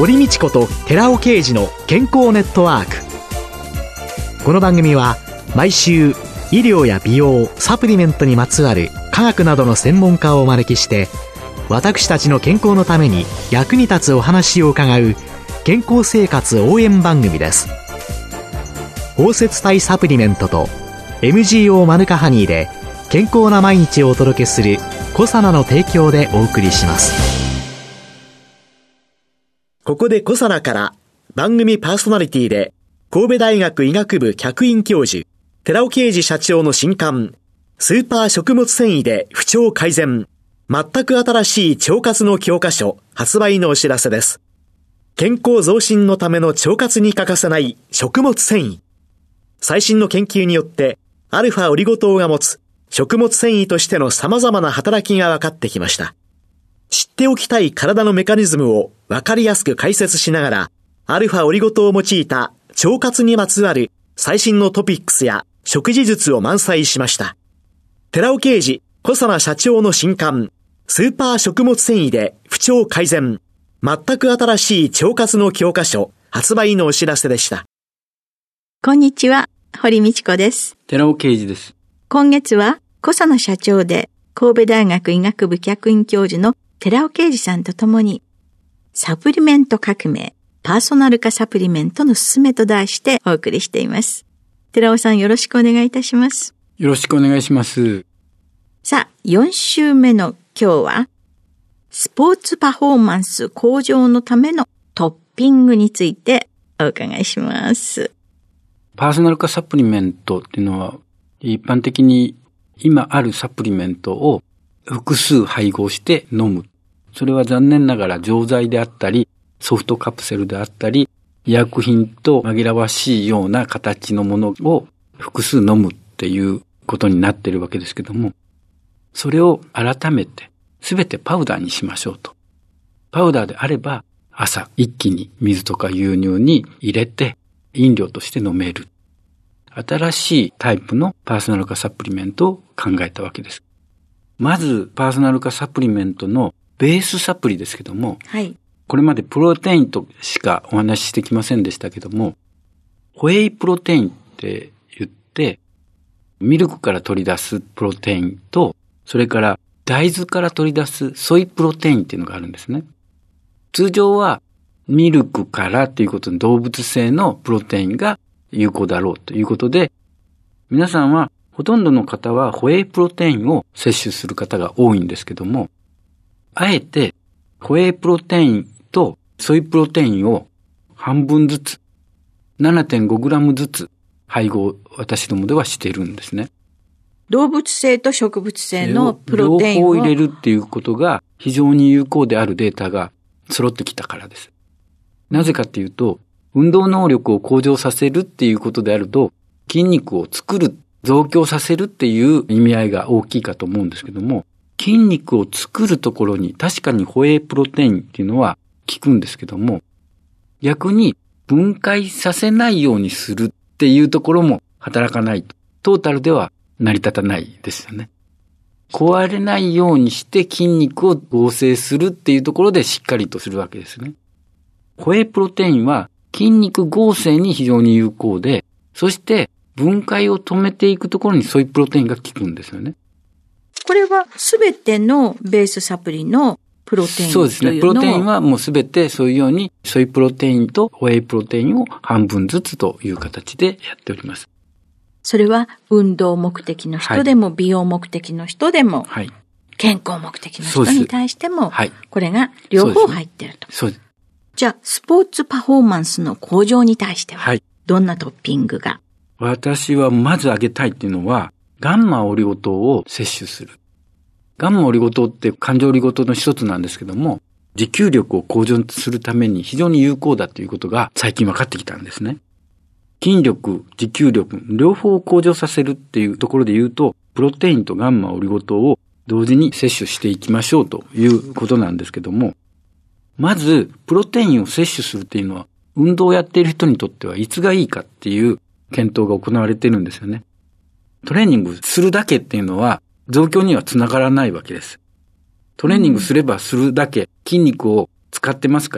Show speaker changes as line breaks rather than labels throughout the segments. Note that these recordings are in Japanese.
堀道子と寺尾啓二の健康ネットワーク。この番組は毎週医療や美容、サプリメントにまつわる科学などの専門家をお招きして、私たちの健康のために役に立つお話を伺う健康生活応援番組です。包摂体サプリメントと MGO マヌカハニーで健康な毎日をお届けするコサナの提供でお送りします。ここでコサナから番組パーソナリティで神戸大学医学部客員教授寺尾啓二社長の新刊スーパー食物繊維で不調改善、全く新しい腸活の教科書発売のお知らせです。健康増進のための腸活に欠かせない食物繊維。最新の研究によってアルファオリゴ糖が持つ食物繊維としての様々な働きが分かってきました。知っておきたい体のメカニズムを分かりやすく解説しながら、アルファオリゴ糖を用いた腸活にまつわる最新のトピックスや食事術を満載しました。寺尾啓二、小佐奈社長の新刊、スーパー食物繊維で不調改善、全く新しい腸活の教科書発売のお知らせでした。
こんにちは、堀道子です。
寺尾啓二です。
今月は小佐奈社長で神戸大学医学部客員教授の寺尾啓二さんとともに、サプリメント革命、パーソナル化サプリメントのすすめと題してお送りしています。寺尾さん、よろしくお願いいたします。
よろしくお願いします。
さあ、4週目の今日は、スポーツパフォーマンス向上のためのトッピングについてお伺いします。
パーソナル化サプリメントっていうのは、一般的に今あるサプリメントを複数配合して飲む。それは残念ながら錠剤であったり、ソフトカプセルであったり、医薬品と紛らわしいような形のものを複数飲むっていうことになっているわけですけども、それを改めてすべてパウダーにしましょうと。パウダーであれば朝一気に水とか牛乳に入れて飲料として飲める。新しいタイプのパーソナル化サプリメントを考えたわけです。まずパーソナル化サプリメントのベースサプリですけども、
はい、
これまでプロテインとしかお話ししてきませんでしたけども、ホエイプロテインって言って、ミルクから取り出すプロテインと、それから大豆から取り出すソイプロテインっていうのがあるんですね。通常はミルクからということで動物性のプロテインが有効だろうということで、皆さんはほとんどの方はホエイプロテインを摂取する方が多いんですけども、あえてホエイプロテインとソイプロテインを半分ずつ 7.5g ずつ配合、私どもではしているんですね。
動物性と植物性のプロテインを
両方入れるっていうことが非常に有効であるデータが揃ってきたからです。なぜかっていうと、運動能力を向上させるっていうことであると、筋肉を作る、増強させるっていう意味合いが大きいかと思うんですけども、筋肉を作るところに確かにホエイプロテインっていうのは効くんですけども、逆に分解させないようにするっていうところも働かないと、トータルでは成り立たないですよね。壊れないようにして筋肉を合成するっていうところでしっかりとするわけですね。ホエイプロテインは筋肉合成に非常に有効で、そして分解を止めていくところにソイプロテインが効くんですよね。
これはすべてのベースサプリのプロテインというのを、
そうですね。プロテインはもうすべてそういうようにソイプロテインとホエイプロテインを半分ずつという形でやっております。
それは運動目的の人でも、はい、美容目的の人でも、
はい、
健康目的の人に対しても、
はい、
これが両方入っていると。
そうです。
じゃあ、スポーツパフォーマンスの向上に対しては、
はい、
どんなトッピングが？
私はまず挙げたいっていうのは、ガンマオリゴ糖を摂取する。ガンマオリゴ糖って環状オリゴ糖の一つなんですけども、持久力を向上するために非常に有効だということが最近分かってきたんですね。筋力、持久力、両方を向上させるっていうところで言うと、プロテインとガンマオリゴ糖を同時に摂取していきましょうということなんですけども、まず、プロテインを摂取するっていうのは、運動をやっている人にとってはいつがいいかっていう検討が行われているんですよね。トレーニングするだけっていうのは、増強にはつながらないわけです。トレーニングすればするだけ筋肉を使ってますから、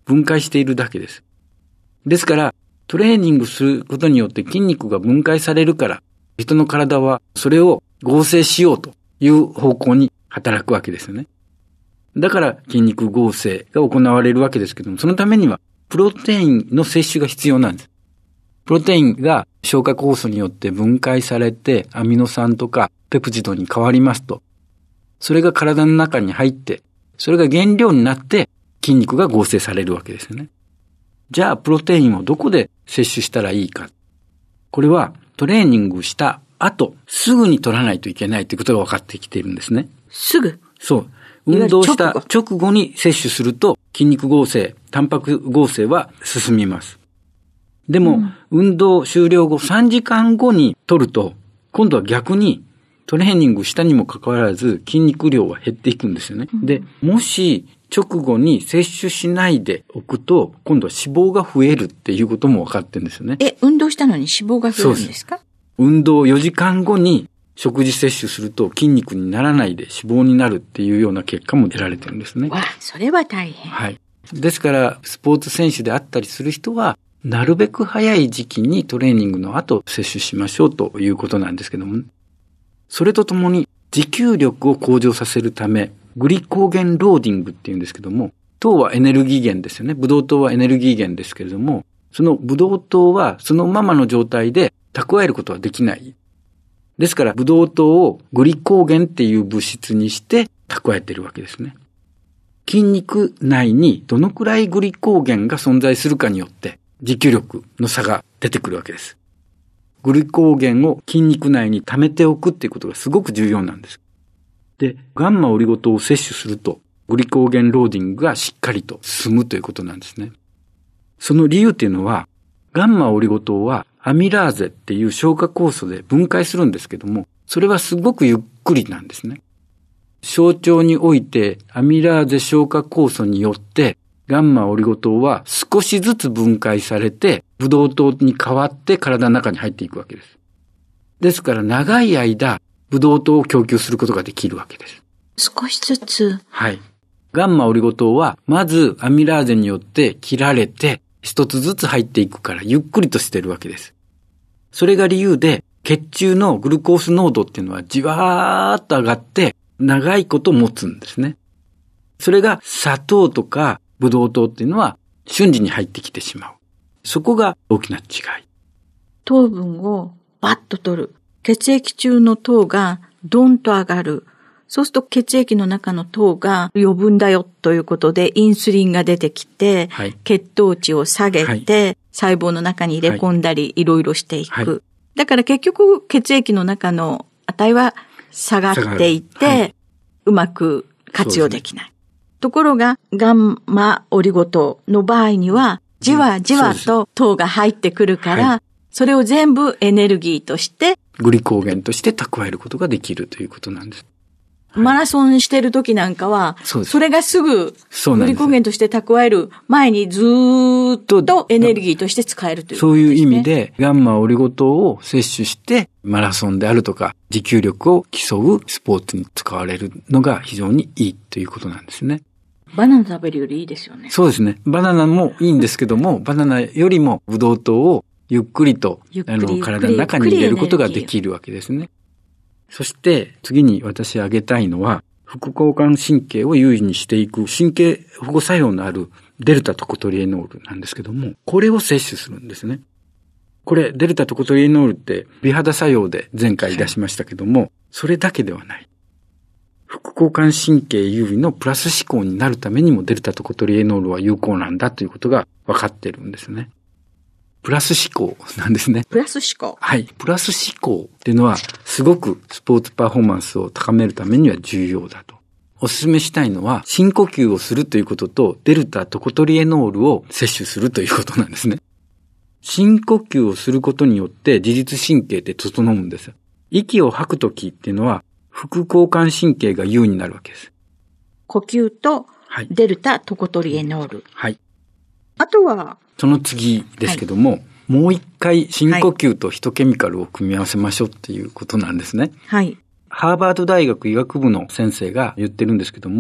分解しているだけです。ですから、トレーニングすることによって筋肉が分解されるから、人の体はそれを合成しようという方向に働くわけですよね。だから筋肉合成が行われるわけですけども、そのためにはプロテインの摂取が必要なんです。プロテインが消化酵素によって分解されてアミノ酸とかペプチドに変わりますと、それが体の中に入って、それが原料になって筋肉が合成されるわけですよね。じゃあプロテインをどこで摂取したらいいか。これはトレーニングした後、すぐに取らないといけないということが分かってきているんですね。
すぐ？
そう。運動した直後に摂取すると筋肉合成、タンパク合成は進みます。でも、運動終了後3時間後に取ると、今度は逆にトレーニングしたにもかかわらず筋肉量は減っていくんですよね。で、もし直後に摂取しないでおくと、今度は脂肪が増えるっていうことも分かってるんですよね。
運動したのに脂肪が増えるんですか？
運動4時間後に食事摂取すると筋肉にならないで脂肪になるっていうような結果も得られてるんですね。
わあ、それは大変。
はい。ですから、スポーツ選手であったりする人は、なるべく早い時期にトレーニングの後摂取しましょうということなんですけども、それとともに持久力を向上させるため、グリコーゲンローディングっていうんですけども、糖はエネルギー源ですよね。ブドウ糖はエネルギー源ですけれども、そのブドウ糖はそのままの状態で蓄えることはできない。ですから、ブドウ糖をグリコーゲンっていう物質にして蓄えているわけですね。筋肉内にどのくらいグリコーゲンが存在するかによって持久力の差が出てくるわけです。グリコーゲンを筋肉内に溜めておくっていうことがすごく重要なんです。で、ガンマオリゴ糖を摂取するとグリコーゲンローディングがしっかりと進むということなんですね。その理由っていうのは、ガンマオリゴ糖はアミラーゼっていう消化酵素で分解するんですけども、それはすごくゆっくりなんですね。小腸においてアミラーゼ消化酵素によってガンマオリゴ糖は少しずつ分解されてブドウ糖に変わって体の中に入っていくわけです。ですから長い間ブドウ糖を供給することができるわけです。
少しずつ。
はい。ガンマオリゴ糖はまずアミラーゼによって切られて一つずつ入っていくからゆっくりとしてるわけです。それが理由で血中のグルコース濃度っていうのはじわーっと上がって長いこと持つんですね。それが砂糖とかブドウ糖っていうのは瞬時に入ってきてしまう。そこが大きな違い。
糖分をバッと取る。血液中の糖がドンと上がる。そうすると血液の中の糖が余分だよということでインスリンが出てきて、はい、血糖値を下げて、はい、細胞の中に入れ込んだり、いろいろしていく。はい、だから結局血液の中の値は下がっていって、はい、うまく活用できない。ところがガンマオリゴ糖の場合にはじわじわと糖が入ってくるから、はい、それを全部エネルギーとして
グリコーゲンとして蓄えることができるということなんです。
マラソンしてる時なんかは、それがすぐグリコーゲンとして蓄える前にずーっとエネルギーとして使えるということですね。
そういう意味でガンマオリゴ糖を摂取してマラソンであるとか持久力を競うスポーツに使われるのが非常にいいということなんですね。
バナナ食べるよりいいですよね。
そうですね。バナナもいいんですけども、バナナよりもブドウ糖をゆっくりと体の中に入れることができるわけですね。そして次に私挙げたいのは副交感神経を優位にしていく神経保護作用のあるデルタトコトリエノールなんですけども、これを摂取するんですね。これデルタトコトリエノールって美肌作用で前回出しましたけども、それだけではない。副交感神経優位のプラス思考になるためにもデルタトコトリエノールは有効なんだということが分かっているんですね。プラス思考なんですね。
プラス思考。
はい。プラス思考っていうのはすごくスポーツパフォーマンスを高めるためには重要だと。お勧めしたいのは深呼吸をするということとデルタトコトリエノールを摂取するということなんですね。深呼吸をすることによって自律神経って整うんです。息を吐くときっていうのは副交感神経が優位になるわけです。
呼吸とデルタトコトリエノール。
はい。
あとは
その次ですけども、はい、もう一回深呼吸とヒトケミカルを組み合わせましょうっていうことなんですね。
はい。
ハーバード大学医学部の先生が言ってるんですけども、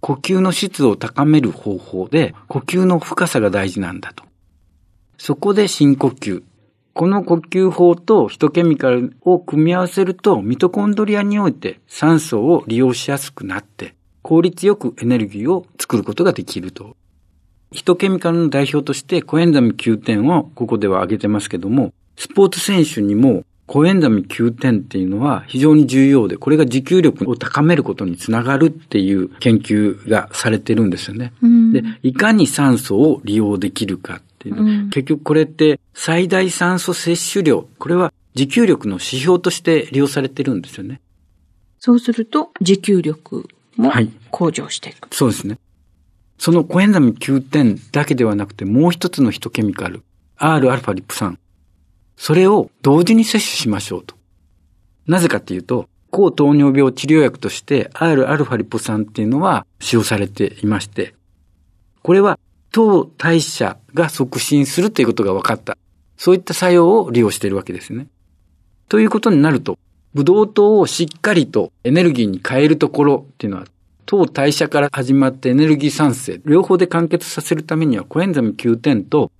呼吸の質を高める方法で、呼吸の深さが大事なんだと。そこで深呼吸。この呼吸法とヒトケミカルを組み合わせると、ミトコンドリアにおいて酸素を利用しやすくなって、効率よくエネルギーを作ることができると。ヒトケミカルの代表としてコエンザミ Q10 をここでは挙げてますけども、スポーツ選手にもコエンザミ Q10 っていうのは非常に重要で、これが持久力を高めることにつながるっていう研究がされてるんですよね。で、いかに酸素を利用できるかっていうの、結局これって最大酸素摂取量、これは持久力の指標として利用されてるんですよね。
そうすると持久力も向上していく。
そうですね。そのコエンザミ Q10 だけではなくてもう一つのヒトケミカル、Rα リポ酸。それを同時に摂取しましょうと。なぜかっていうと、抗糖尿病治療薬として Rα リポ酸っていうのは使用されていまして、これは糖代謝が促進するということが分かった。そういった作用を利用しているわけですね。ということになると、ブドウ糖をしっかりとエネルギーに変えるところっていうのは、糖代謝から始まってエネルギー産生、両方で完結させるためにはコエンザミ Q10 と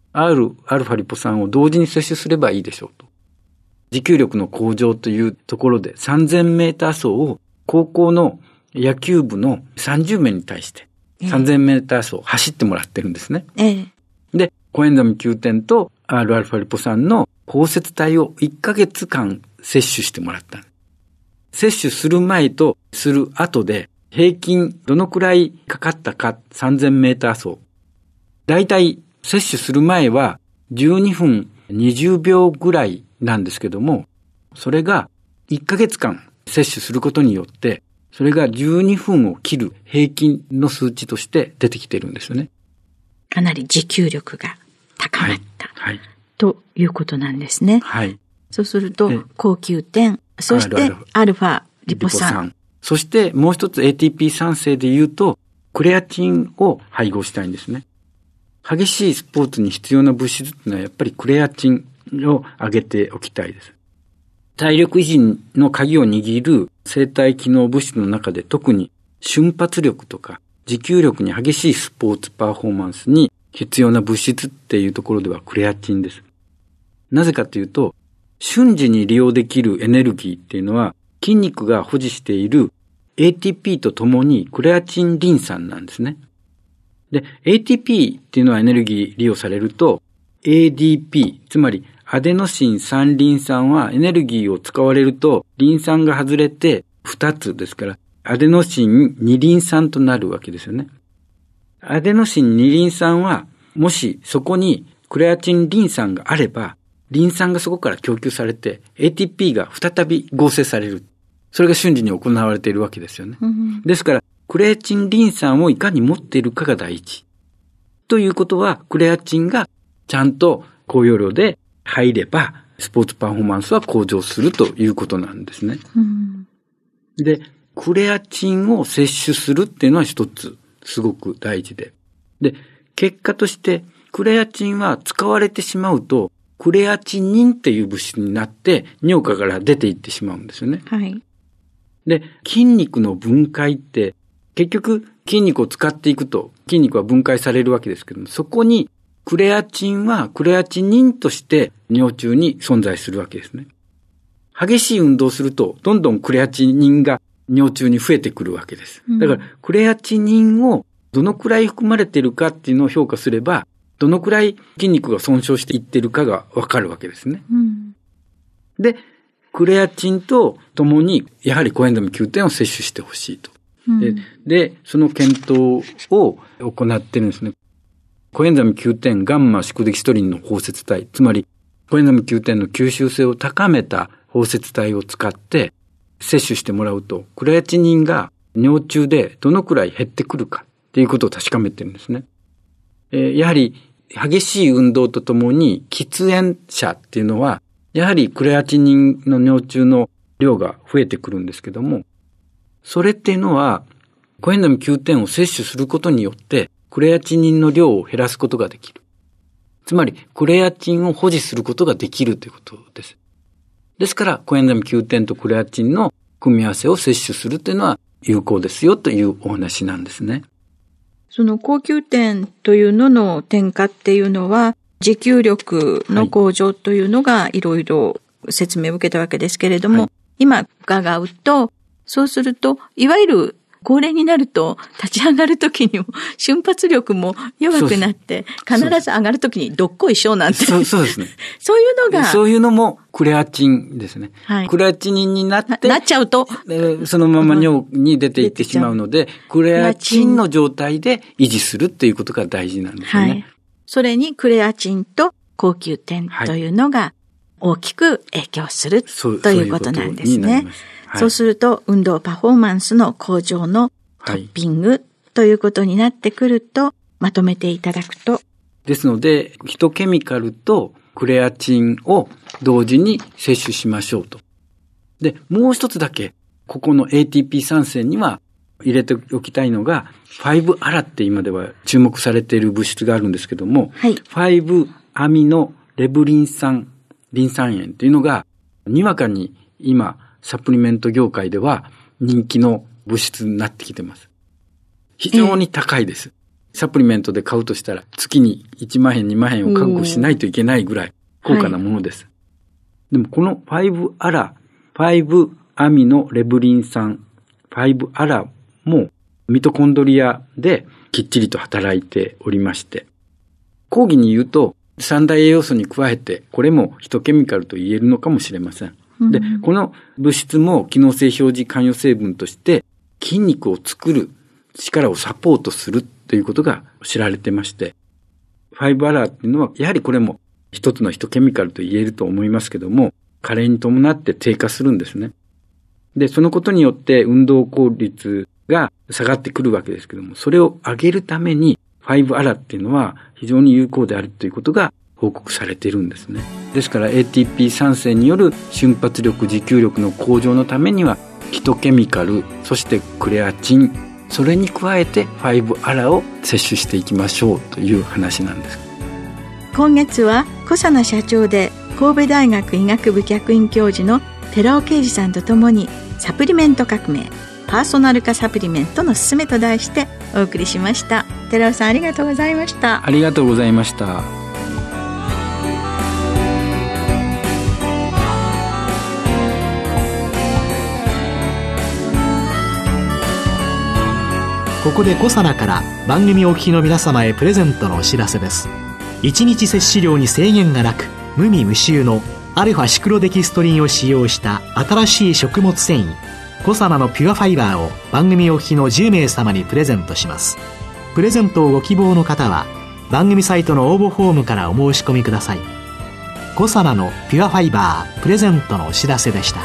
Rα リポ酸を同時に摂取すればいいでしょうと。持久力の向上というところで3000メーター走を高校の野球部の30名に対して3000メーター走を走ってもらってるんですね。で、コエンザミ Q10 と Rα リポ酸の包摂体を1ヶ月間摂取してもらった。摂取する前とする後で平均どのくらいかかったか3000メーター走。だいたい摂取する前は12分20秒ぐらいなんですけども、それが1ヶ月間摂取することによって、それが12分を切る平均の数値として出てきてるんですよね。
かなり持久力が高まった、ということなんですね。そうすると、高Q10、そしてαリポ酸。
そしてもう一つ ATP 産生で言うと、クレアチンを配合したいんですね。激しいスポーツに必要な物質っていうのはやっぱりクレアチンを挙げておきたいです。体力維持の鍵を握る生体機能物質の中で特に瞬発力とか持久力に激しいスポーツパフォーマンスに必要な物質っていうところではクレアチンです。なぜかというと、瞬時に利用できるエネルギーっていうのは筋肉が保持している ATP とともにクレアチンリン酸なんですね。で、ATP っていうのはエネルギー利用されると ADP、つまりアデノシン3リン酸はエネルギーを使われるとリン酸が外れて2つですからアデノシン2リン酸となるわけですよね。アデノシン2リン酸はもしそこにクレアチンリン酸があればリン酸がそこから供給されて ATP が再び合成される。それが瞬時に行われているわけですよね。ですからクレアチンリン酸をいかに持っているかが大事。ということはクレアチンがちゃんと高容量で入ればスポーツパフォーマンスは向上するということなんですね。で、クレアチンを摂取するっていうのは一つすごく大事で。で、結果としてクレアチンは使われてしまうとクレアチニンっていう物質になって尿化から出ていってしまうんですよね。で、筋肉の分解って結局筋肉を使っていくと筋肉は分解されるわけですけども、そこにクレアチンはクレアチニンとして尿中に存在するわけですね。激しい運動をするとどんどんクレアチニンが尿中に増えてくるわけです。だからクレアチニンをどのくらい含まれているかっていうのを評価すれば、どのくらい筋肉が損傷していっているかがわかるわけですね。で、クレアチンとともにやはりコエンザミ Q10 を摂取してほしいと。で、その検討を行っているんですね。コエンザミ Q10 ガンマ宿敵ストリンの包摂体、つまりコエンザミ Q10 の吸収性を高めた包摂体を使って摂取してもらうと、クレアチニンが尿中でどのくらい減ってくるかっていうことを確かめてるんですね。やはり激しい運動とともに喫煙者っていうのは、やはりクレアチニンの尿中の量が増えてくるんですけども、それっていうのはコエンザミ Q10 を摂取することによってクレアチニンの量を減らすことができる。つまりクレアチンを保持することができるということです。ですからコエンザミ Q10 とクレアチンの組み合わせを摂取するというのは有効ですよというお話なんですね。
その高級店というのの転化っていうのは、持久力の向上というのがいろいろ説明を受けたわけですけれども、今伺うと、そうすると、いわゆる高齢になると立ち上がるときにも瞬発力も弱くなって、必ず上がるときにどっこいしょなんて。
そうですね。
そういうのが。
そういうのもクレアチンですね。クレアチニンになって。
なっちゃうと。
そのまま尿に出ていってしまうので、クレアチンの状態で維持するっていうことが大事なんですね。
それにクレアチンと高級店というのが大きく影響するということなんですね。そうすると、運動パフォーマンスの向上のトッピングということになってくると、まとめていただくと。
ですので、ヒトケミカルとクレアチンを同時に摂取しましょうと。で、もう一つだけ、ここの ATP 酸性には入れておきたいのが、5アラって今では注目されている物質があるんですけども、5アミノレブリン酸、リン酸塩というのが、にわかに今、サプリメント業界では人気の物質になってきてます。非常に高いです。サプリメントで買うとしたら月に1万円2万円を確保しないといけないぐらい高価なものです。でもこの5アラ、5アミノレブリン酸、5アラもミトコンドリアできっちりと働いておりまして、講義に言うと三大栄養素に加えてこれもヒトケミカルと言えるのかもしれません。で、この物質も機能性表示関与成分として筋肉を作る力をサポートするということが知られてまして、5アラっていうのはやはりこれも一つのヒトケミカルと言えると思いますけども、加齢に伴って低下するんですね。で、そのことによって運動効率が下がってくるわけですけども、それを上げるために5アラっていうのは非常に有効であるということが報告されているんですね。ですから ATP 酸性による瞬発力、持久力の向上のためにはヒトケミカル、そしてクレアチン、それに加えて5アラを摂取していきましょうという話なんです。
今月は小佐奈社長で神戸大学医学部客員教授の寺尾啓二さんとともにサプリメント革命、パーソナル化サプリメントのすすめと題してお送りしました。寺尾さん、ありがとうございました。
ありがとうございました。
ここでコサナから番組お聞きの皆様へプレゼントのお知らせです。1日摂取量に制限がなく無味無臭のアルファシクロデキストリンを使用した新しい食物繊維コサナのピュアファイバーを番組お聞きの10名様にプレゼントします。プレゼントをご希望の方は番組サイトの応募フォームからお申し込みください。コサナのピュアファイバープレゼントのお知らせでした。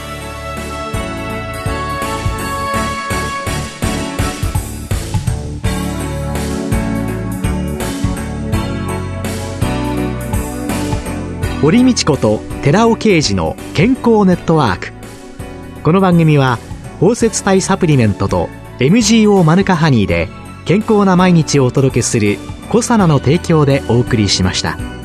堀道子と寺尾啓二の健康ネットワーク。この番組は包摂体サプリメントと MGO マヌカハニーで健康な毎日をお届けするコサナの提供でお送りしました。